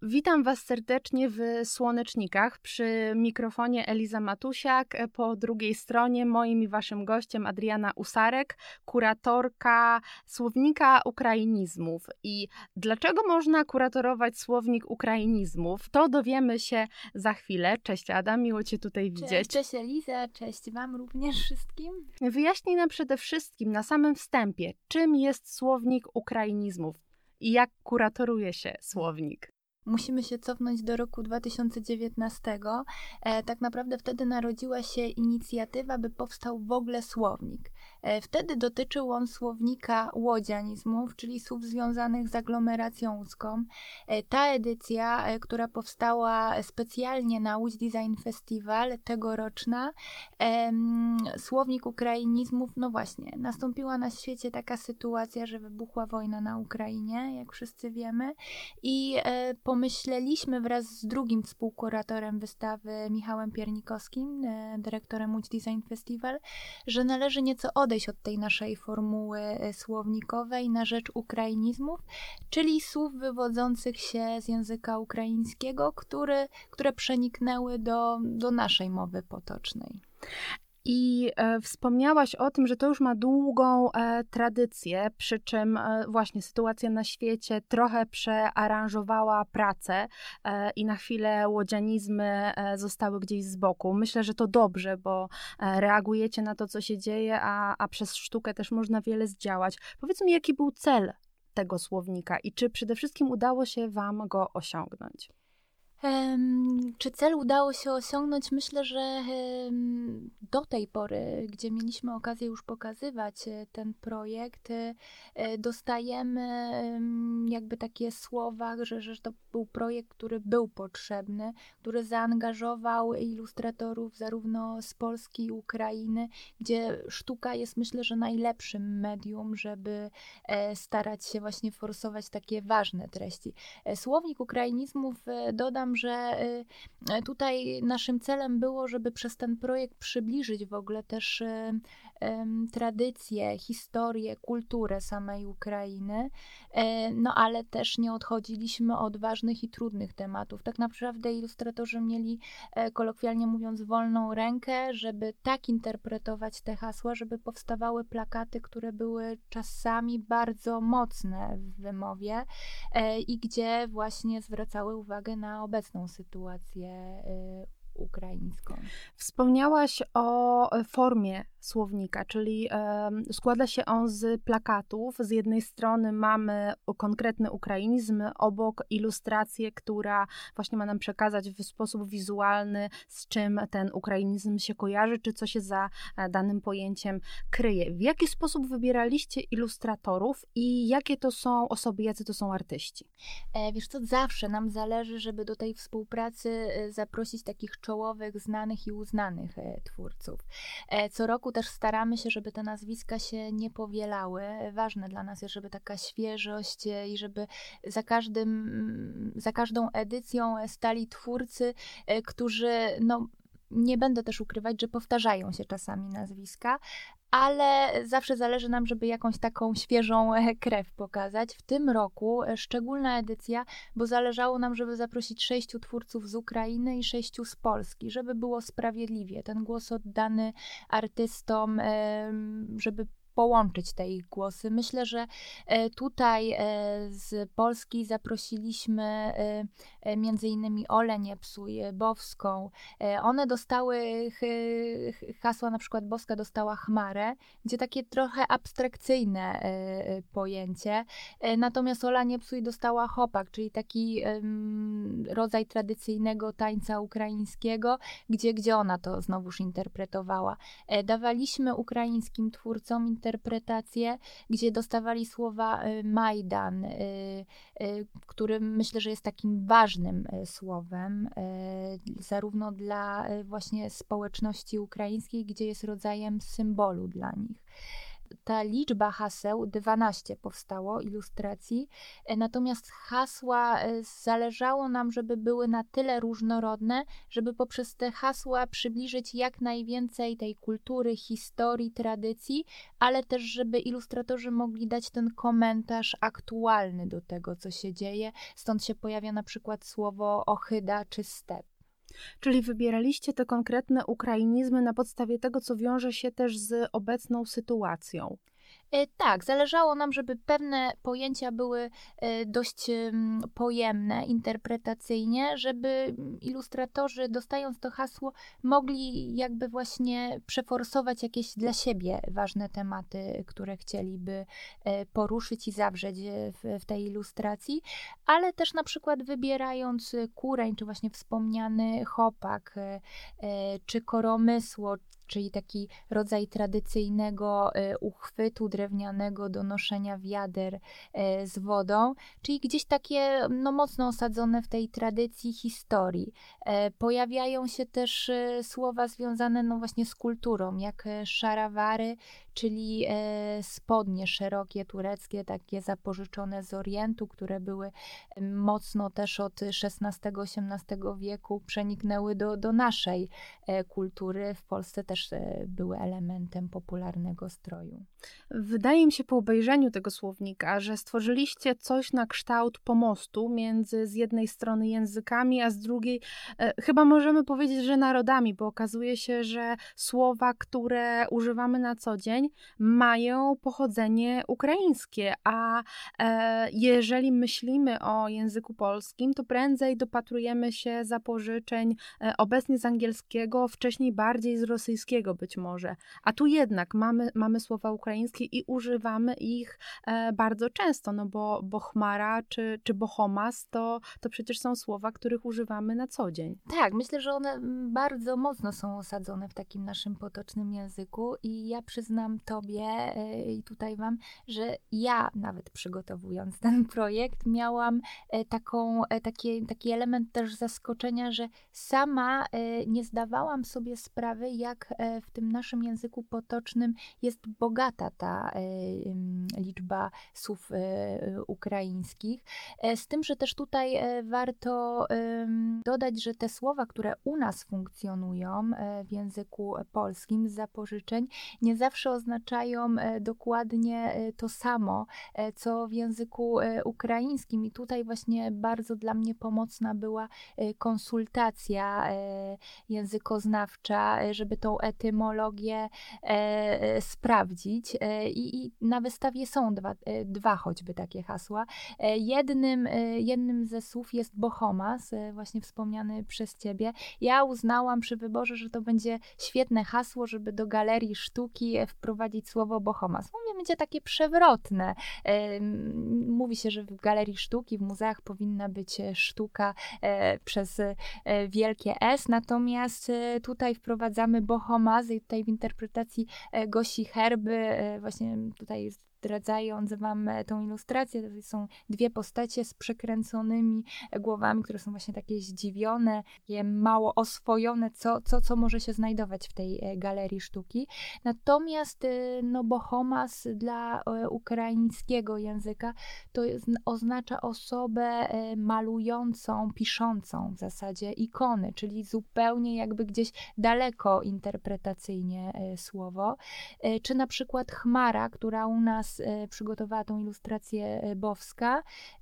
Witam Was serdecznie w Słonecznikach. Przy mikrofonie Eliza Matusiak, po drugiej stronie moim i Waszym gościem Adriana Usarek, kuratorka słownika ukrainizmów. I dlaczego można kuratorować słownik ukrainizmów? To dowiemy się za chwilę. Cześć Ada, miło Cię tutaj widzieć. Cześć Eliza, cześć Wam również wszystkim. Wyjaśnij nam przede wszystkim na samym wstępie, czym jest słownik ukrainizmów i jak kuratoruje się słownik. Musimy się cofnąć do roku 2019. Tak naprawdę wtedy narodziła się inicjatywa, by powstał w ogóle słownik. Wtedy dotyczył on słownika łodzianizmów, czyli słów związanych z aglomeracją łódzką. Ta edycja, która powstała specjalnie na Łódź Design Festival, tegoroczna, słownik ukrainizmów, no właśnie, nastąpiła na świecie taka sytuacja, że wybuchła wojna na Ukrainie, jak wszyscy wiemy, i pomyśleliśmy wraz z drugim współkuratorem wystawy, Michałem Piernikowskim, dyrektorem Łódź Design Festival, że należy nieco odejść od tej naszej formuły słownikowej na rzecz ukrainizmów, czyli słów wywodzących się z języka ukraińskiego, które przeniknęły do naszej mowy potocznej. I wspomniałaś o tym, że to już ma długą tradycję, przy czym właśnie sytuacja na świecie trochę przearanżowała pracę i na chwilę łodzianizmy zostały gdzieś z boku. Myślę, że to dobrze, bo reagujecie na to, co się dzieje, a przez sztukę też można wiele zdziałać. Powiedz mi, jaki był cel tego słownika i czy przede wszystkim udało się Wam go osiągnąć? Czy cel udało się osiągnąć? Myślę, że do tej pory, gdzie mieliśmy okazję już pokazywać ten projekt, dostajemy jakby takie słowa, że to był projekt, który był potrzebny, który zaangażował ilustratorów zarówno z Polski i Ukrainy, gdzie sztuka jest, myślę, że najlepszym medium, żeby starać się właśnie forsować takie ważne treści. Słownik ukrainizmów, dodam, że tutaj naszym celem było, żeby przez ten projekt przybliżyć w ogóle też tradycję, historię, kulturę samej Ukrainy, no ale też nie odchodziliśmy od ważnych i trudnych tematów. Tak naprawdę ilustratorzy mieli, kolokwialnie mówiąc, wolną rękę, żeby tak interpretować te hasła, żeby powstawały plakaty, które były czasami bardzo mocne w wymowie i gdzie właśnie zwracały uwagę na obecną sytuację ukraińską. Wspomniałaś o formie słownika, czyli składa się on z plakatów. Z jednej strony mamy konkretny ukrainizm, obok ilustrację, która właśnie ma nam przekazać w sposób wizualny, z czym ten ukrainizm się kojarzy, czy co się za danym pojęciem kryje. W jaki sposób wybieraliście ilustratorów i jakie to są osoby, jacy to są artyści? Wiesz co, zawsze nam zależy, żeby do tej współpracy zaprosić takich czołowych, znanych i uznanych twórców. Co roku też staramy się, żeby te nazwiska się nie powielały. Ważne dla nas jest, żeby taka świeżość i żeby za każdą edycją stali twórcy, którzy, no nie będę też ukrywać, że powtarzają się czasami nazwiska, ale zawsze zależy nam, żeby jakąś taką świeżą krew pokazać. W tym roku szczególna edycja, bo zależało nam, żeby zaprosić 6 twórców z Ukrainy i 6 z Polski, żeby było sprawiedliwie. Ten głos oddany artystom, żeby połączyć te ich głosy. Myślę, że tutaj z Polski zaprosiliśmy między innymi Olę Niepsuj, Bowską. One dostały hasła, na przykład Bowska dostała chmarę, gdzie takie trochę abstrakcyjne pojęcie. Natomiast Ola Niepsuj dostała chopak, czyli taki rodzaj tradycyjnego tańca ukraińskiego, gdzie ona to znowuż interpretowała. Dawaliśmy ukraińskim twórcom interpretacje, gdzie dostawali słowa Majdan, który myślę, że jest takim ważnym słowem, zarówno dla właśnie społeczności ukraińskiej, gdzie jest rodzajem symbolu dla nich. Ta liczba haseł, 12 powstało ilustracji, natomiast hasła zależało nam, żeby były na tyle różnorodne, żeby poprzez te hasła przybliżyć jak najwięcej tej kultury, historii, tradycji, ale też żeby ilustratorzy mogli dać ten komentarz aktualny do tego, co się dzieje. Stąd się pojawia na przykład słowo ohyda czy step. Czyli wybieraliście te konkretne ukrainizmy na podstawie tego, co wiąże się też z obecną sytuacją. Tak, zależało nam, żeby pewne pojęcia były dość pojemne interpretacyjnie, żeby ilustratorzy, dostając to hasło, mogli jakby właśnie przeforsować jakieś dla siebie ważne tematy, które chcieliby poruszyć i zawrzeć w tej ilustracji, ale też na przykład wybierając kureń, czy właśnie wspomniany chopak, czy koromysło, czyli taki rodzaj tradycyjnego uchwytu drewnianego do noszenia wiader z wodą, czyli gdzieś takie mocno osadzone w tej tradycji historii. Pojawiają się też słowa związane właśnie z kulturą, jak szarawary, czyli spodnie szerokie, tureckie, takie zapożyczone z Orientu, które były mocno też od XVI-XVIII wieku przeniknęły do naszej kultury. W Polsce też były elementem popularnego stroju. Wydaje mi się po obejrzeniu tego słownika, że stworzyliście coś na kształt pomostu między z jednej strony językami, a z drugiej chyba możemy powiedzieć, że narodami, bo okazuje się, że słowa, które używamy na co dzień, mają pochodzenie ukraińskie, a jeżeli myślimy o języku polskim, to prędzej dopatrujemy się zapożyczeń obecnie z angielskiego, wcześniej bardziej z rosyjskiego być może. A tu jednak mamy słowa ukraińskie i używamy ich bardzo często, no bo chmara czy bohomas to przecież są słowa, których używamy na co dzień. Tak, myślę, że one bardzo mocno są osadzone w takim naszym potocznym języku i ja przyznam tobie i tutaj wam, że ja nawet przygotowując ten projekt miałam taki element też zaskoczenia, że sama nie zdawałam sobie sprawy, jak w tym naszym języku potocznym jest bogata ta liczba słów ukraińskich. Z tym, że też tutaj warto dodać, że te słowa, które u nas funkcjonują w języku polskim z zapożyczeń, nie zawsze oznaczają dokładnie to samo, co w języku ukraińskim. I tutaj właśnie bardzo dla mnie pomocna była konsultacja językoznawcza, żeby tą etymologię sprawdzić. I na wystawie są dwa choćby takie hasła. Jednym ze słów jest bohomas, właśnie wspomniany przez ciebie. Ja uznałam przy wyborze, że to będzie świetne hasło, żeby do galerii sztuki wprowadzić słowo bohomas. Mówię, będzie takie przewrotne. Mówi się, że w galerii sztuki, w muzeach powinna być sztuka przez wielkie S, natomiast tutaj wprowadzamy bohomas i tutaj w interpretacji Gosi Herby, właśnie tutaj zdradzając wam tą ilustrację, to są dwie postacie z przekręconymi głowami, które są właśnie takie zdziwione, takie mało oswojone, co może się znajdować w tej galerii sztuki. Natomiast bohomas dla ukraińskiego języka to oznacza osobę malującą, piszącą w zasadzie ikony, czyli zupełnie jakby gdzieś daleko interpretacyjnie słowo. Czy na przykład chmara, która u nas przygotowała tą ilustrację Bowska,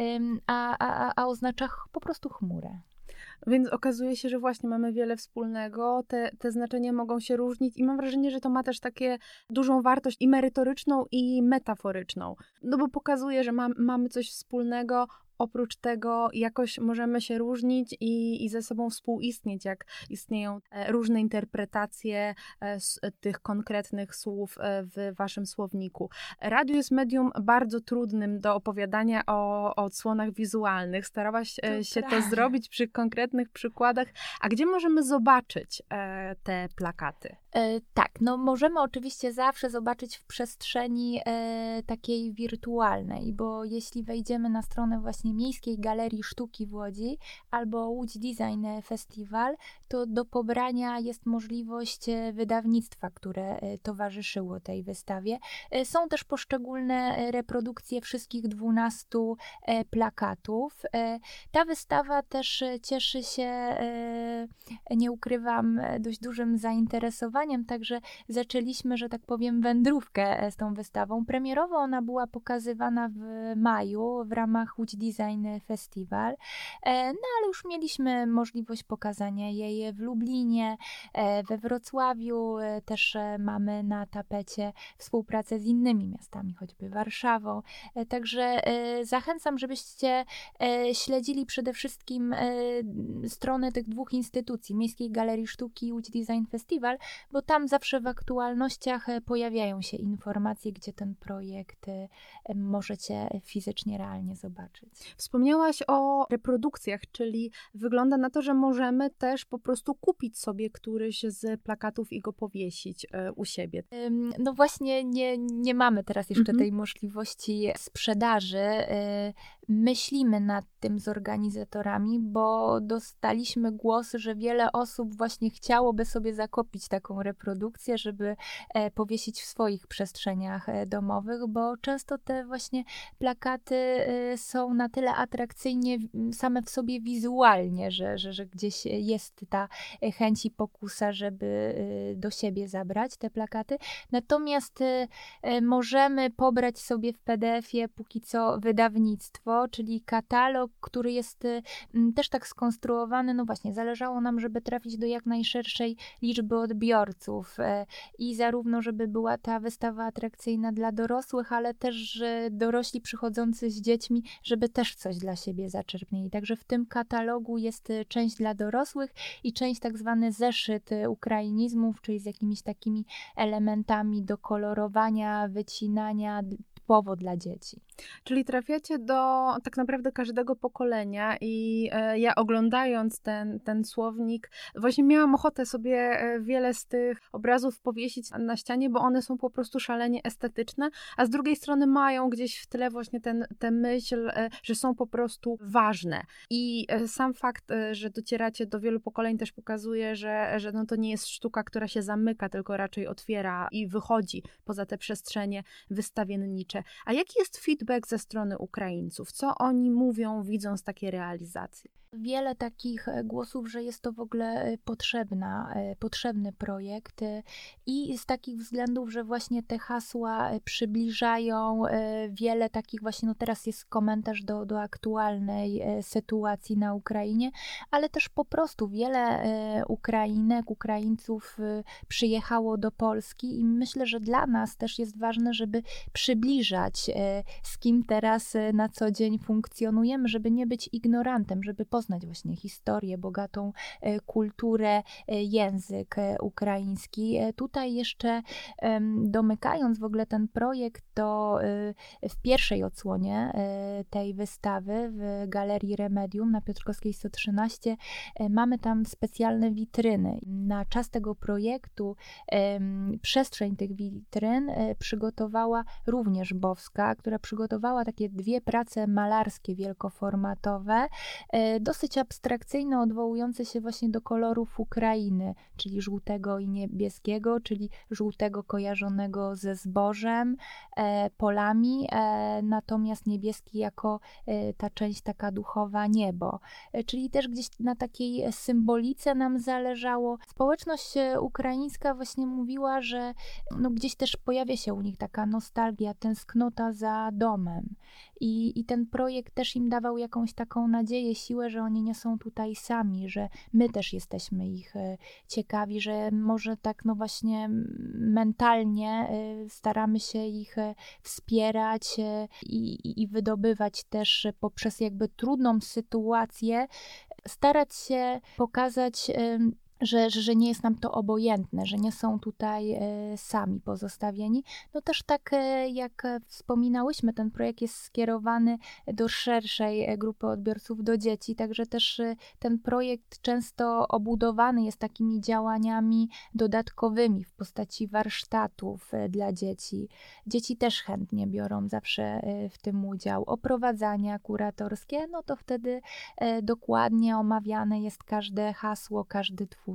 a oznacza po prostu chmurę. Więc okazuje się, że właśnie mamy wiele wspólnego, te znaczenia mogą się różnić i mam wrażenie, że to ma też takie dużą wartość i merytoryczną, i metaforyczną. No bo pokazuje, że mamy coś wspólnego. Oprócz tego jakoś możemy się różnić i ze sobą współistnieć, jak istnieją różne interpretacje tych konkretnych słów w waszym słowniku. Radio jest medium bardzo trudnym do opowiadania o odsłonach wizualnych. Starałaś się to zrobić przy konkretnych przykładach. A gdzie możemy zobaczyć te plakaty? Tak, no możemy oczywiście zawsze zobaczyć w przestrzeni takiej wirtualnej, bo jeśli wejdziemy na stronę właśnie Miejskiej Galerii Sztuki w Łodzi albo Łódź Design Festival, to do pobrania jest możliwość wydawnictwa, które towarzyszyło tej wystawie. Są też poszczególne reprodukcje wszystkich 12 plakatów. Ta wystawa też cieszy się, nie ukrywam, dość dużym zainteresowaniem, także zaczęliśmy, że tak powiem, wędrówkę z tą wystawą. Premierowo ona była pokazywana w maju w ramach Łódź Design Festival, no ale już mieliśmy możliwość pokazania jej w Lublinie, we Wrocławiu, też mamy na tapecie współpracę z innymi miastami, choćby Warszawą, także zachęcam, żebyście śledzili przede wszystkim strony tych dwóch instytucji, Miejskiej Galerii Sztuki i Łódź Design Festival, bo tam zawsze w aktualnościach pojawiają się informacje, gdzie ten projekt możecie fizycznie, realnie zobaczyć. Wspomniałaś o reprodukcjach, czyli wygląda na to, że możemy też po prostu kupić sobie któryś z plakatów i go powiesić u siebie. No właśnie nie mamy teraz jeszcze tej możliwości sprzedaży. Myślimy nad tym z organizatorami, bo dostaliśmy głos, że wiele osób właśnie chciałoby sobie zakupić taką reprodukcję, żeby powiesić w swoich przestrzeniach domowych, bo często te właśnie plakaty są na tyle atrakcyjnie same w sobie wizualnie, że gdzieś jest ta chęć i pokusa, żeby do siebie zabrać te plakaty. Natomiast możemy pobrać sobie w PDF-ie póki co wydawnictwo, czyli katalog, który jest też tak skonstruowany, no właśnie, zależało nam, żeby trafić do jak najszerszej liczby odbiorców i zarówno, żeby była ta wystawa atrakcyjna dla dorosłych, ale też dorośli przychodzący z dziećmi, żeby też coś dla siebie zaczerpnęli. Także w tym katalogu jest część dla dorosłych i część tak zwany zeszyt ukrainizmów, czyli z jakimiś takimi elementami do kolorowania, wycinania, typowo dla dzieci. Czyli trafiacie do tak naprawdę każdego pokolenia i ja oglądając ten słownik właśnie miałam ochotę sobie wiele z tych obrazów powiesić na ścianie, bo one są po prostu szalenie estetyczne, a z drugiej strony mają gdzieś w tle właśnie tę myśl, że są po prostu ważne. I sam fakt, że docieracie do wielu pokoleń też pokazuje, że no to nie jest sztuka, która się zamyka, tylko raczej otwiera i wychodzi poza te przestrzenie wystawiennicze. A jaki jest feedback ze strony Ukraińców? Co oni mówią, widząc takie realizacje? Wiele takich głosów, że jest to w ogóle potrzebny projekt i z takich względów, że właśnie te hasła przybliżają wiele takich właśnie, no teraz jest komentarz do aktualnej sytuacji na Ukrainie, ale też po prostu wiele Ukrainek, Ukraińców przyjechało do Polski i myślę, że dla nas też jest ważne, żeby przybliżać, z kim teraz na co dzień funkcjonujemy, żeby nie być ignorantem, żeby poznać właśnie historię, bogatą kulturę, język ukraiński. Tutaj jeszcze domykając w ogóle ten projekt, to w pierwszej odsłonie tej wystawy w Galerii Remedium na Piotrkowskiej 113 mamy tam specjalne witryny. Na czas tego projektu przestrzeń tych witryn przygotowała również Bowska, która przygotowała takie 2 prace malarskie wielkoformatowe, dosyć abstrakcyjne, odwołujące się właśnie do kolorów Ukrainy, czyli żółtego i niebieskiego, czyli żółtego kojarzonego ze zbożem, polami, natomiast niebieski jako ta część taka duchowa niebo. Czyli też gdzieś na takiej symbolice nam zależało. Społeczność ukraińska właśnie mówiła, że no gdzieś też pojawia się u nich taka nostalgia, tęsknota za domem. I ten projekt też im dawał jakąś taką nadzieję, siłę, że oni nie są tutaj sami, że my też jesteśmy ich ciekawi, że może tak no właśnie mentalnie staramy się ich wspierać i wydobywać też poprzez jakby trudną sytuację, starać się pokazać że nie jest nam to obojętne, że nie są tutaj sami pozostawieni. No też tak jak wspominałyśmy, ten projekt jest skierowany do szerszej grupy odbiorców, do dzieci, także też ten projekt często obudowany jest takimi działaniami dodatkowymi w postaci warsztatów dla dzieci. Dzieci też chętnie biorą zawsze w tym udział. Oprowadzania kuratorskie, no to wtedy dokładnie omawiane jest każde hasło, każdy twórca.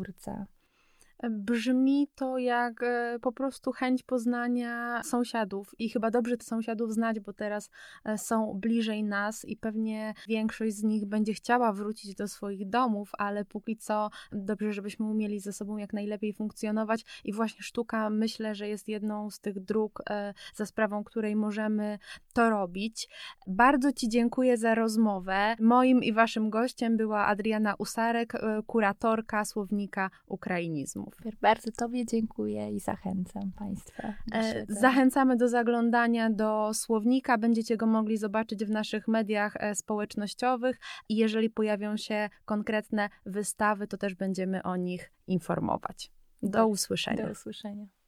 Brzmi to jak po prostu chęć poznania sąsiadów i chyba dobrze tych sąsiadów znać, bo teraz są bliżej nas i pewnie większość z nich będzie chciała wrócić do swoich domów, ale póki co dobrze, żebyśmy umieli ze sobą jak najlepiej funkcjonować i właśnie sztuka, myślę, że jest jedną z tych dróg, za sprawą której możemy to robić. Bardzo Ci dziękuję za rozmowę. Moim i Waszym gościem była Adriana Usarek, kuratorka Słownika Ukrainizmów. Bardzo Tobie dziękuję i zachęcam Państwa. Zachęcamy do zaglądania do Słownika. Będziecie go mogli zobaczyć w naszych mediach społecznościowych i jeżeli pojawią się konkretne wystawy, to też będziemy o nich informować. Do usłyszenia. Do usłyszenia.